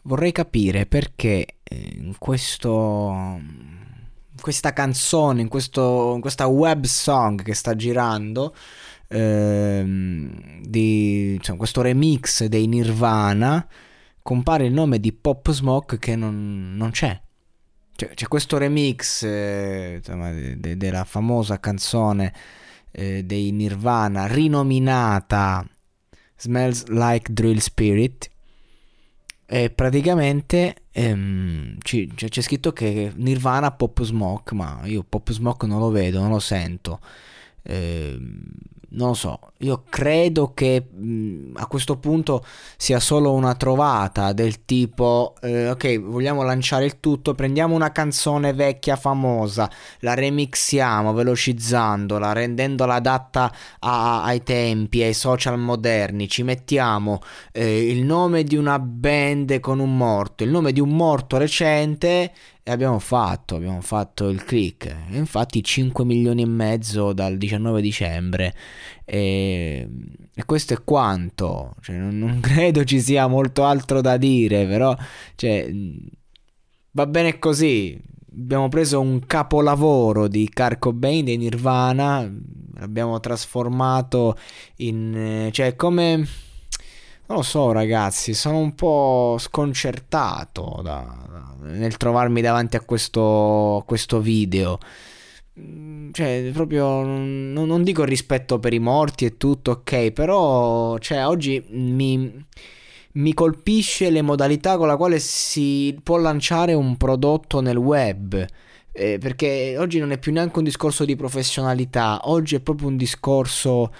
vorrei capire perché in questa canzone, in questa web song che sta girando, insomma, questo remix dei Nirvana, compare il nome di Pop Smoke che non c'è. C'è questo remix insomma, della famosa canzone dei Nirvana rinominata Smells Like Drill Spirit, e praticamente c'è scritto che Nirvana Pop Smoke, ma io Pop Smoke non lo vedo, non lo sento. Ehm, Non lo so, io credo che a questo punto sia solo una trovata del tipo, ok, vogliamo lanciare il tutto, prendiamo una canzone vecchia famosa, la remixiamo velocizzandola, rendendola adatta ai tempi, ai social moderni, ci mettiamo il nome di una band con un morto, il nome di un morto recente, e abbiamo fatto il click. E infatti 5 milioni e mezzo dal 19 dicembre. E questo è quanto. Cioè, non credo ci sia molto altro da dire, però cioè, va bene così. Abbiamo preso un capolavoro di Kurt Cobain dei Nirvana, l'abbiamo trasformato in... cioè, come... Non lo so, ragazzi, sono un po' sconcertato nel trovarmi davanti a questo video. Cioè, proprio non dico rispetto per i morti e tutto, ok, però cioè, oggi mi colpisce le modalità con la quale si può lanciare un prodotto nel web. Perché oggi non è più neanche un discorso di professionalità, oggi è proprio un discorso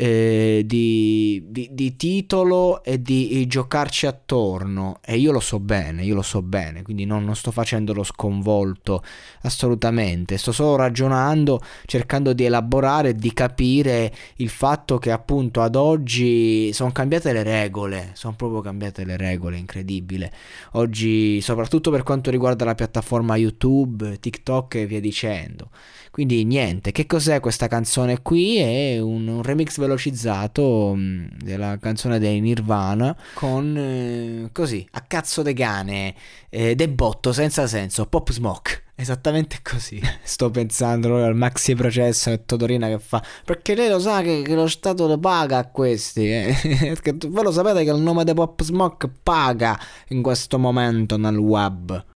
di titolo e di giocarci attorno. E io lo so bene, quindi non sto facendo lo sconvolto assolutamente, sto solo ragionando, cercando di elaborare e di capire il fatto che appunto ad oggi sono cambiate le regole, sono proprio cambiate le regole, incredibile. Oggi, soprattutto per quanto riguarda la piattaforma YouTube, TikTok e via dicendo. Quindi niente, che cos'è questa canzone qui? È un remix velocizzato della canzone dei Nirvana con così, a cazzo de cane, de botto, senza senso, Pop Smoke. Esattamente così. Sto pensando al maxi processo e Todorina che fa. Perché lei lo sa che lo Stato lo paga a questi. Perché voi lo sapete che il nome di Pop Smoke paga in questo momento nel web.